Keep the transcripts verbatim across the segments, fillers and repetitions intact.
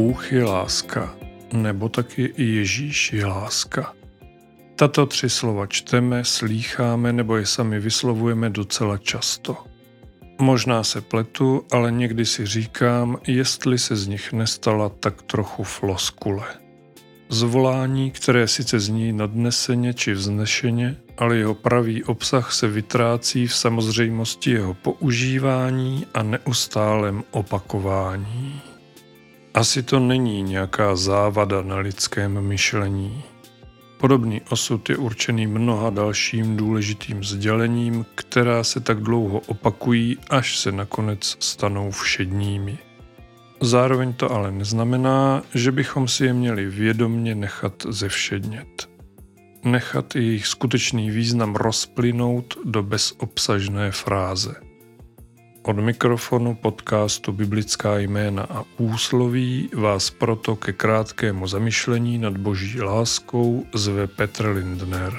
Bůh je láska, nebo taky i Ježíš je láska. Tato tři slova čteme, slýcháme nebo je sami vyslovujeme docela často. Možná se pletu, ale někdy si říkám, jestli se z nich nestala tak trochu floskule. Zvolání, které sice zní nadneseně či vznešeně, ale jeho pravý obsah se vytrácí v samozřejmosti jeho používání a neustálém opakování. Asi to není nějaká závada na lidském myšlení. Podobný osud je určený mnoha dalším důležitým sdělením, která se tak dlouho opakují, až se nakonec stanou všedními. Zároveň to ale neznamená, že bychom si je měli vědomně nechat zevšednět. Nechat jejich skutečný význam rozplynout do bezobsažné fráze. Od mikrofonu podcastu Biblická jména a úsloví vás proto ke krátkému zamyšlení nad Boží láskou zve Petr Lindner.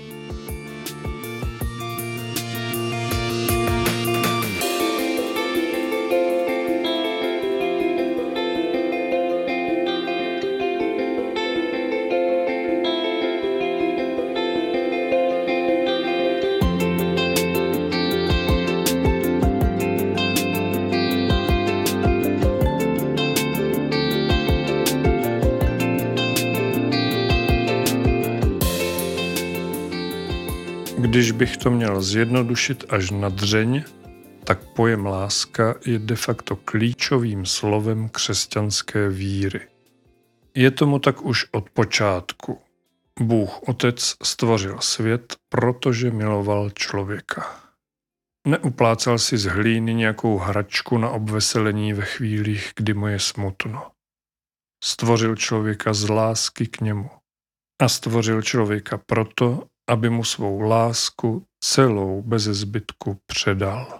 Když bych to měl zjednodušit až na dřeň, tak pojem láska je de facto klíčovým slovem křesťanské víry. Je tomu tak už od počátku. Bůh Otec stvořil svět, protože miloval člověka. Neuplácal si z hlíny nějakou hračku na obveselení ve chvílích, kdy mu je smutno. Stvořil člověka z lásky k němu. A stvořil člověka proto, aby mu svou lásku celou beze zbytku předal.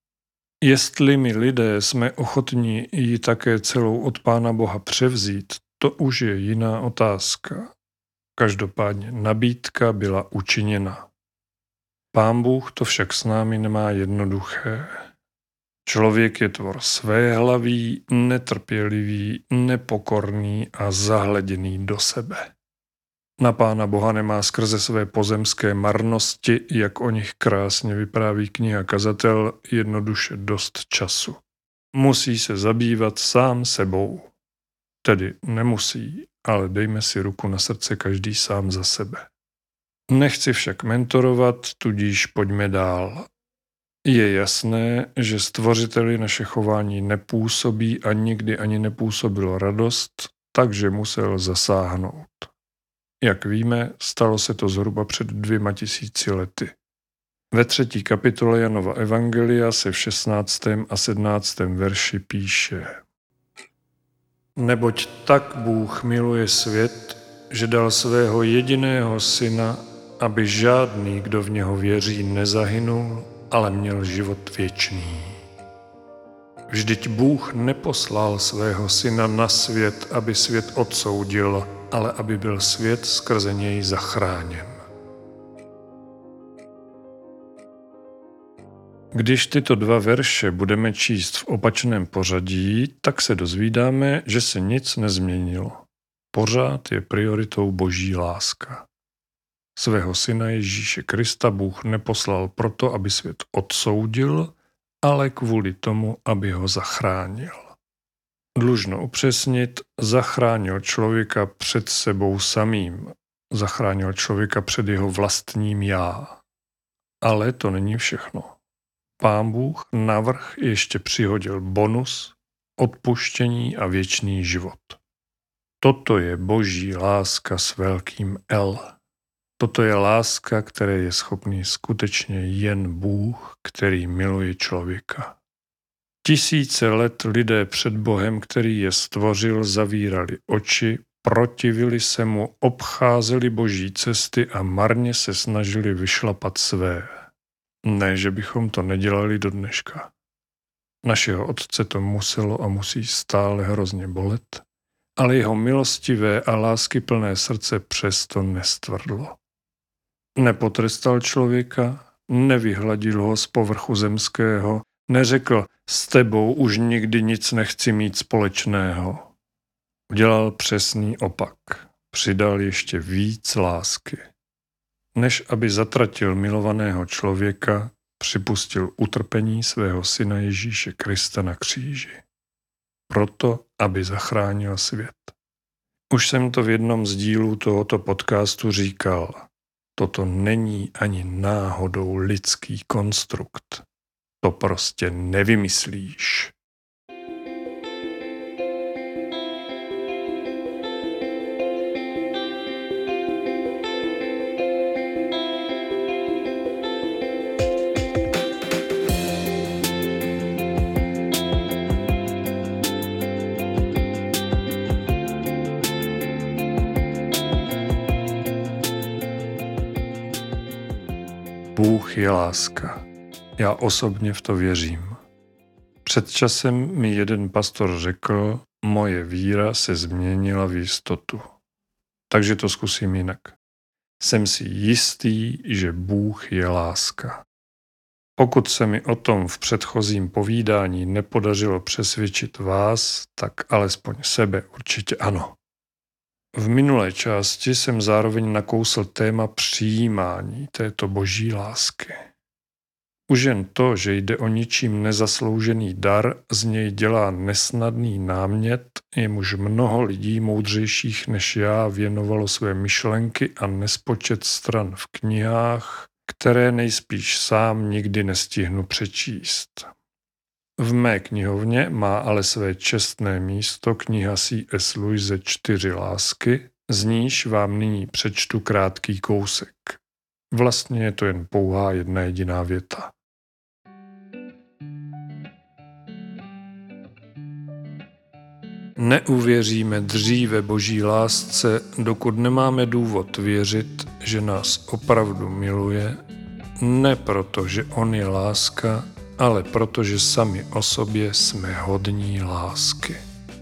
Jestli my lidé jsme ochotní ji také celou od Pána Boha převzít, to už je jiná otázka. Každopádně nabídka byla učiněna. Pán Bůh to však s námi nemá jednoduché. Člověk je tvor svéhlavý, netrpělivý, nepokorný a zahleděný do sebe. Na Pána Boha nemá skrze své pozemské marnosti, jak o nich krásně vypráví kniha Kazatel, jednoduše dost času. Musí se zabývat sám sebou. Tedy nemusí, ale dejme si ruku na srdce každý sám za sebe. Nechci však mentorovat, tudíž pojďme dál. Je jasné, že stvořiteli naše chování nepůsobí a nikdy ani nepůsobilo radost, takže musel zasáhnout. Jak víme, stalo se to zhruba před dvěma tisíci lety. Ve třetí kapitole Janova evangelia se v šestnáctém a sedmnáctém verši píše: Neboť tak Bůh miluje svět, že dal svého jediného syna, aby žádný, kdo v něho věří, nezahynul, ale měl život věčný. Vždyť Bůh neposlal svého syna na svět, aby svět odsoudil, ale aby byl svět skrze něj zachráněn. Když tyto dva verše budeme číst v opačném pořadí, tak se dozvídáme, že se nic nezměnilo. Pořád je prioritou Boží láska. Svého syna Ježíše Krista Bůh neposlal proto, aby svět odsoudil, ale kvůli tomu, aby ho zachránil. Dlužno upřesnit, zachránil člověka před sebou samým. Zachránil člověka před jeho vlastním já. Ale to není všechno. Pán Bůh navrch ještě přihodil bonus, odpuštění a věčný život. Toto je Boží láska s velkým L. Toto je láska, které je schopný skutečně jen Bůh, který miluje člověka. Tisíce let lidé před Bohem, který je stvořil, zavírali oči, protivili se mu, obcházeli Boží cesty a marně se snažili vyšlapat své. Ne, že bychom to nedělali do dneška. Našeho Otce to muselo a musí stále hrozně bolet, ale jeho milostivé a láskyplné srdce přesto nestvrdlo. Nepotrestal člověka, nevyhladil ho z povrchu zemského, neřekl, s tebou už nikdy nic nechci mít společného. Udělal přesný opak. Přidal ještě víc lásky. Než aby zatratil milovaného člověka, připustil utrpení svého syna Ježíše Krista na kříži. Proto, aby zachránil svět. Už jsem to v jednom z dílů tohoto podcastu říkal. Toto není ani náhodou lidský konstrukt. To prostě nevymyslíš. Bůh je láska. Já osobně v to věřím. Před časem mi jeden pastor řekl, moje víra se změnila v jistotu. Takže to zkusím jinak. Jsem si jistý, že Bůh je láska. Pokud se mi o tom v předchozím povídání nepodařilo přesvědčit vás, tak alespoň sebe určitě ano. V minulé části jsem zároveň nakousl téma přijímání této boží lásky. Už jen to, že jde o ničím nezasloužený dar, z něj dělá nesnadný námět, jemuž mnoho lidí moudřejších než já věnovalo své myšlenky a nespočet stran v knihách, které nejspíš sám nikdy nestihnu přečíst. V mé knihovně má ale své čestné místo kniha C S Lewise Čtyři lásky, z níž vám nyní přečtu krátký kousek. Vlastně je to jen pouhá jedna jediná věta. Neuvěříme dříve boží lásce, dokud nemáme důvod věřit, že nás opravdu miluje, ne proto, že on je láska, ale protože sami o sobě jsme hodní lásky.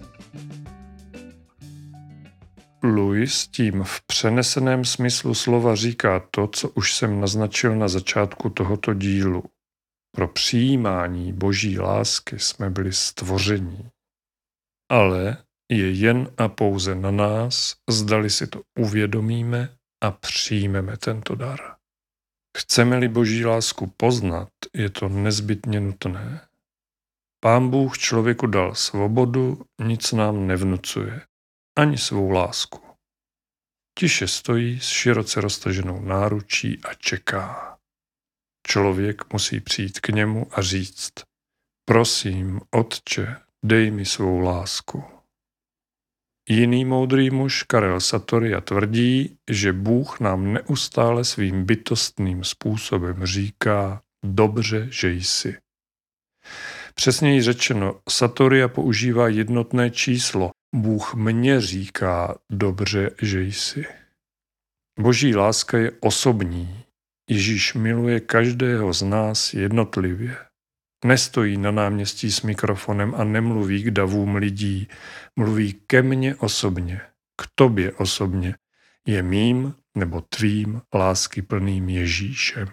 Lewis tím v přeneseném smyslu slova říká to, co už jsem naznačil na začátku tohoto dílu. Pro přijímání boží lásky jsme byli stvoření. Ale je jen a pouze na nás, zdali si to uvědomíme a přijmeme tento dar. Chceme-li boží lásku poznat, je to nezbytně nutné. Pán Bůh člověku dal svobodu, nic nám nevnucuje, ani svou lásku. Tiše stojí s široce roztaženou náručí a čeká. Člověk musí přijít k němu a říct: prosím, Otče, dej mi svou lásku. Jiný moudrý muž Karel Satorya tvrdí, že Bůh nám neustále svým bytostným způsobem říká: dobře, že jsi. Přesněji řečeno, Satorya používá jednotné číslo. Bůh mně říká: dobře, že jsi. Boží láska je osobní. Ježíš miluje každého z nás jednotlivě. Nestojí na náměstí s mikrofonem a nemluví k davům lidí. Mluví ke mně osobně, k tobě osobně. Je mým nebo tvým láskyplným Ježíšem.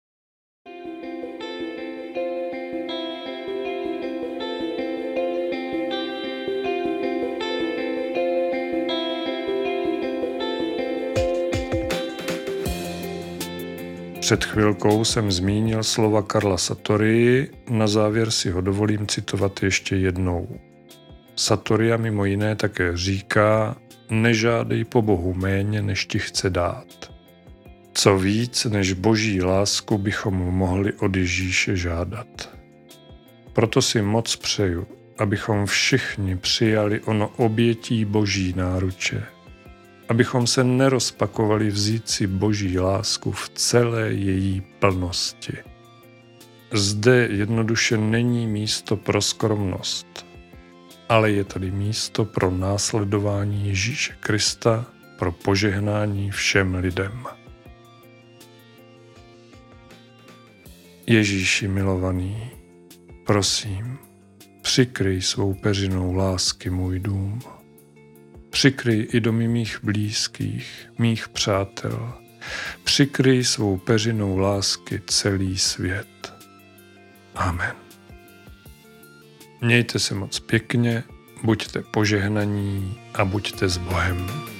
Před chvilkou jsem zmínil slova Karla Satoryi, na závěr si ho dovolím citovat ještě jednou. Satorya mimo jiné také říká: nežádej po Bohu méně, než ti chce dát. Co víc než boží lásku bychom mohli od Ježíše žádat. Proto si moc přeju, abychom všichni přijali ono obětí boží náruče. Abychom se nerozpakovali vzít si boží lásku v celé její plnosti. Zde jednoduše není místo pro skromnost, ale je tady místo pro následování Ježíše Krista, pro požehnání všem lidem. Ježíši milovaný, prosím, přikryj svou peřinou lásky můj dům. Přikryj i domy mých blízkých, mých přátel. Přikryj svou peřinou lásky celý svět. Amen. Mějte se moc pěkně Buďte požehnaní a buďte s Bohem.